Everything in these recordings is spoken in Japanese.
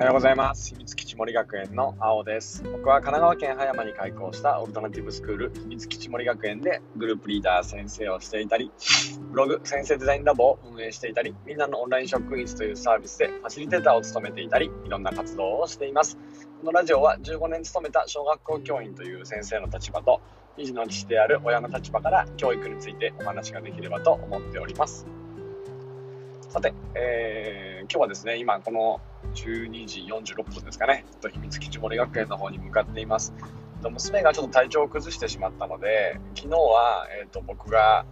ようございます。秘密基地森学園の青です。僕は神奈川県葉山に開校したオルタナティブスクール秘密基地森学園でグループリーダー先生をしていたり、ブログ先生デザインラボを運営していたり、みんなのオンライン職員室というサービスでファシリテーターを務めていたり、いろんな活動をしています。このラジオは15年勤めた小学校教員という先生の立場と、2児の父である親の立場から教育についてお話ができればと思っております。さて、今日はですね、今この12時46分ですかね、秘密基地森学園の方に向かっています。娘がちょっと体調を崩してしまったので、昨日は、僕が、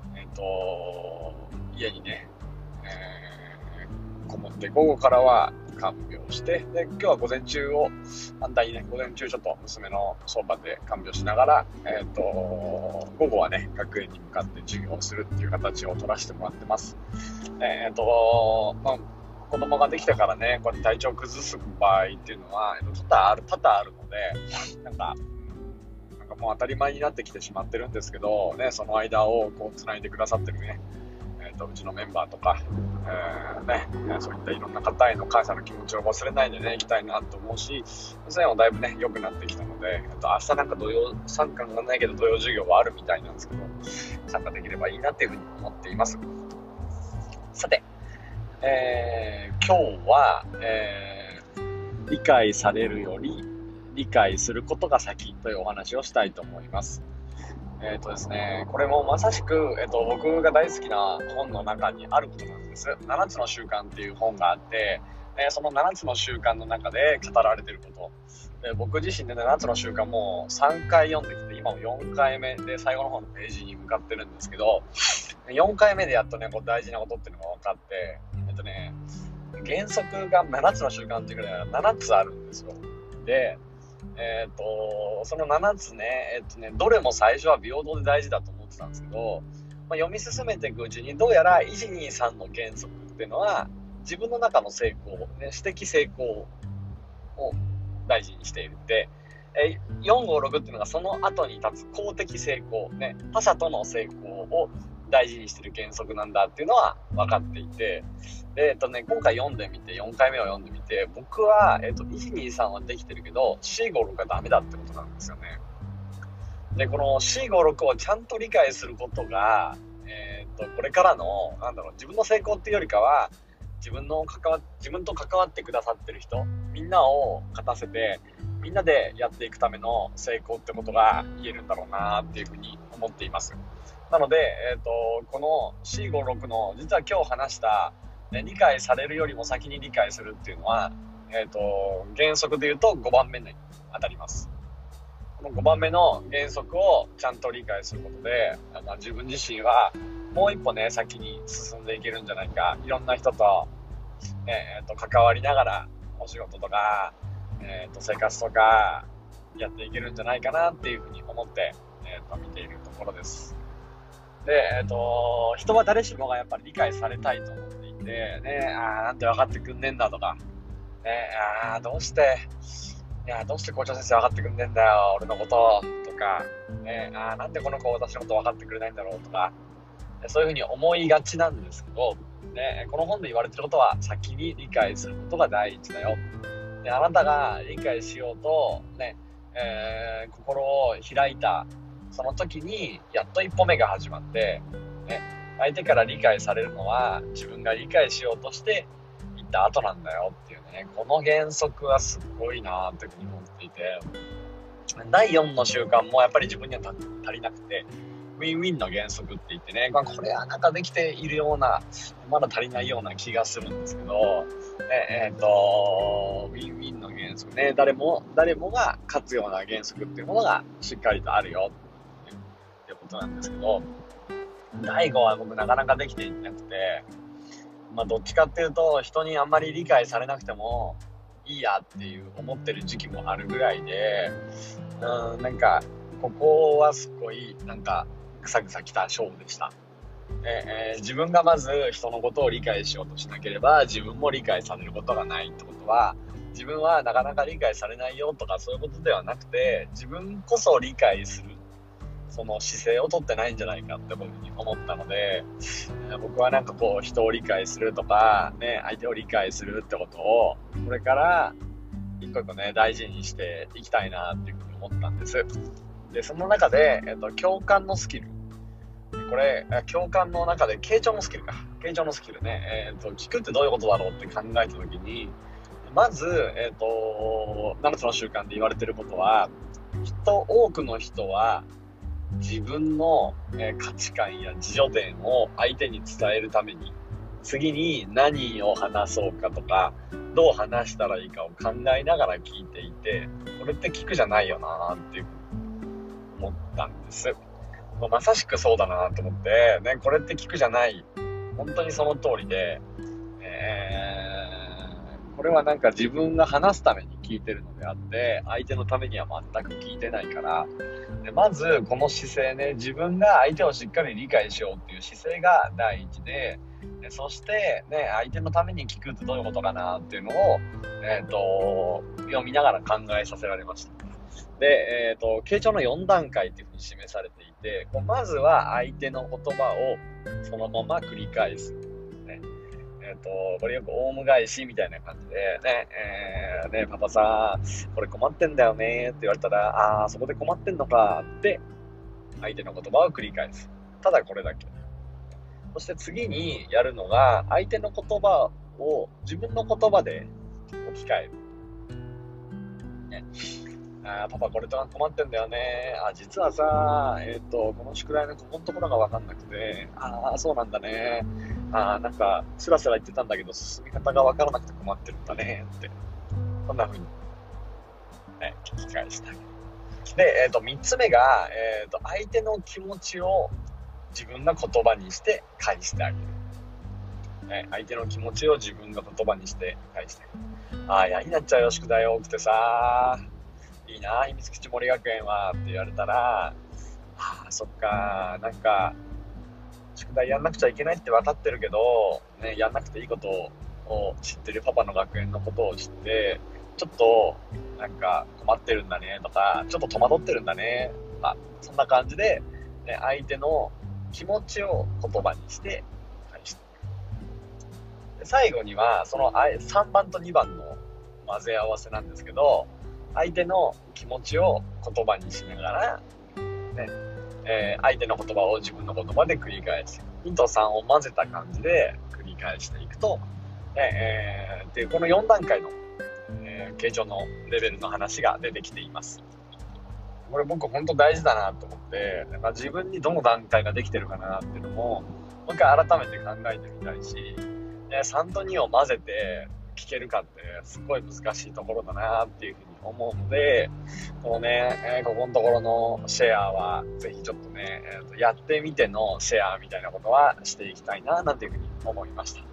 家にね、こもって、午後からは看病して、で今日は午前中を反対にね、午前中ちょっと娘のそばで看病しながら、午後はね学園に向かって授業をするっていう形を取らせてもらってます。子供ができてからね、こうやって体調を崩す場合っていうのは多々あるので、なんかもう当たり前になってきてしまってるんですけどね、その間をこうつないでくださってるね、うちのメンバーとか、そういったいろんな方への感謝の気持ちを忘れないでね、いきたいなと思うし、娘もだいぶね良くなってきたので、明日なんか土曜参加がないけど土曜授業はあるみたいなんですけど、参加できればいいなっていうふうに思っています。さて、今日は、理解されるより理解することが先というお話をしたいと思います。ですね、これもまさしく、僕が大好きな本の中にあることなんです。7つの習慣っていう本があって、その7つの習慣の中で語られていることで、僕自身で7つの習慣も3回読んできて、今も4回目で最後の方のページに向かってるんですけど、4回目でやっとねこう大事なことっていうのが分かって、原則が7つの習慣っていうくらい7つあるんですよ。でその7つね、どれも最初は平等で大事だと思ってたんですけど、読み進めていくうちにどうやら123の原則っていうのは自分の中の成功、私的成功を大事にしているって、456っていうのがその後に立つ公的成功、他者との成功を大事にしてる原則なんだっていうのは分かっていて、今回読んでみて、4回目を読んでみて、僕は、123はできてるけど C56 がダメだってことなんですよね。でこの C56 をちゃんと理解することが、これからの自分の成功っていうよりかは、自分と関わってくださってる人、みんなを勝たせてみんなでやっていくための成功ってことが言えるんだろうなっていうふうに思っています。なので、この C56 の実は今日話した、理解されるよりも先に理解するっていうのは、原則で言うと5番目に当たります。この5番目の原則をちゃんと理解することで、自分自身はもう一歩ね先に進んでいけるんじゃないか、いろんな人と、関わりながらお仕事とか、生活とかやっていけるんじゃないかなっていうふうに思って、見ているところです。で、人は誰しもがやっぱり理解されたいと思っていて、なんで分かってくんねえんだとか、どうして校長先生分かってくんねえんだよ俺のこととか、なんでこの子私のこと分かってくれないんだろうとか、そういうふうに思いがちなんですけど、この本で言われてることは先に理解することが第一だよ。であなたが理解しようと心を開いたその時にやっと一歩目が始まって、相手から理解されるのは自分が理解しようとしていった後なんだよっていうね、この原則はすごいなというふうに思っていて、第4の習慣もやっぱり自分には足りなくて、ウィンウィンの原則って言ってね、これはなんかできているような、まだ足りないような気がするんですけど、ウィンウィンの原則ね、誰もが勝つような原則っていうものがしっかりとあるよっていうことなんですけど、第5は僕なかなかできていなくて、どっちかっていうと人にあんまり理解されなくてもいいやっていう思ってる時期もあるぐらいで、ここはすごいぐさぐさきた勝負でした。自分がまず人のことを理解しようとしなければ自分も理解されることがないってことは、自分はなかなか理解されないよとかそういうことではなくて、自分こそ理解する、 その姿勢をとってないんじゃないかってことに思ったので、僕はなんかこう人を理解するとかね、相手を理解するってことをこれから一個一個ね大事にしていきたいなっていうふうに思ったんです。でその中で、共感のスキル、これ共感の中で傾聴のスキルね、聞くってどういうことだろうって考えた時に、まず、7つの習慣で言われていることは、多くの人は自分の、価値観や自助伝を相手に伝えるために次に何を話そうかとかどう話したらいいかを考えながら聞いていて、これって聞くじゃないよなっていう思ったんです。まさしくそうだなと思って、ね、これって聞くじゃない、本当にその通りで、これはなんか自分が話すために聞いてるのであって相手のためには全く聞いてないから、でまずこの姿勢ね、自分が相手をしっかり理解しようっていう姿勢が第一で、そしてね、相手のために聞くってどういうことかなっていうのを、読みながら考えさせられました。で、傾聴の4段階っていうふうに示されていて、まずは相手の言葉をそのまま繰り返す。これよくオウム返しみたいな感じでね、パパさ、これ困ってんだよねって言われたら、そこで困ってんのかって相手の言葉を繰り返す。ただこれだけ。そして次にやるのが、相手の言葉を自分の言葉で置き換える。ね、パパこれと困ってんだよね。実はさ、この宿題のここのところが分かんなくて、そうなんだね。なんかスラスラ言ってたんだけど進み方が分からなくて困ってるんだねって、そんな風に、ね、聞き返した。で、3つ目が、相手の気持ちを自分が言葉にして返してあげる。ね、相手の気持ちを自分が言葉にして返してあげる。嫌になっちゃうよ、宿題多くてさ。いいな、秘密基地森学園はって言われたら、そっか、なんか宿題やんなくちゃいけないって分かってるけど、ね、やんなくていいことを知ってるパパの学園のことを知って、ちょっとなんか困ってるんだねとか、ちょっと戸惑ってるんだねとか、そんな感じで、ね、相手の気持ちを言葉にして返して、で最後にはその3番と2番の混ぜ合わせなんですけど、相手の気持ちを言葉にしながら、ね、相手の言葉を自分の言葉で繰り返す。2と3を混ぜた感じで繰り返していくと、でこの4段階の、傾聴のレベルの話が出てきています。これ僕本当大事だなと思って、自分にどの段階ができてるかなっていうのももう一回改めて考えてみたいし、3と2を混ぜて聞けるかってすごい難しいところだなっていうふうに思うので、このね、ここのところのシェアはぜひちょっとね、やってみてのシェアみたいなことはしていきたいななんていうふうに思いました。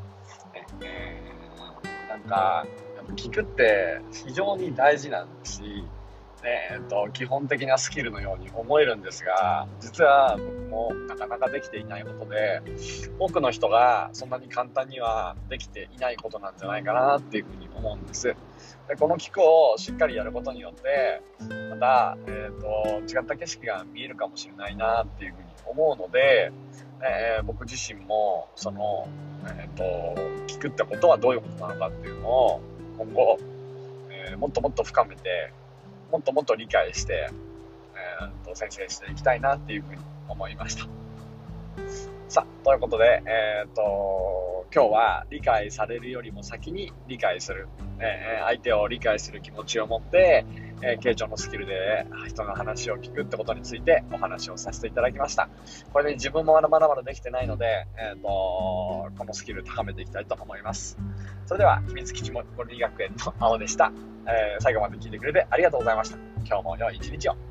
なんかやっぱ聞くって非常に大事なんですし、基本的なスキルのように思えるんですが、実は僕もなかなかできていないことで、多くの人がそんなに簡単にはできていないことなんじゃないかなっていうふうに思うんです。でこの聞くをしっかりやることによってまた、違った景色が見えるかもしれないなっていうふうに思うので、僕自身もその、聞くってことはどういうことなのかっていうのを今後、もっともっと深めてもっともっと理解して、先生していきたいなっていうふうに思いました。さあ、ということで、今日は理解されるよりも先に理解する、相手を理解する気持ちを持って、傾聴のスキルで人の話を聞くってことについてお話をさせていただきました。これで自分もまだまだできてないので、このスキル高めていきたいと思います。それでは秘密基地森学園の青でした。最後まで聞いてくれてありがとうございました。今日も良い一日を。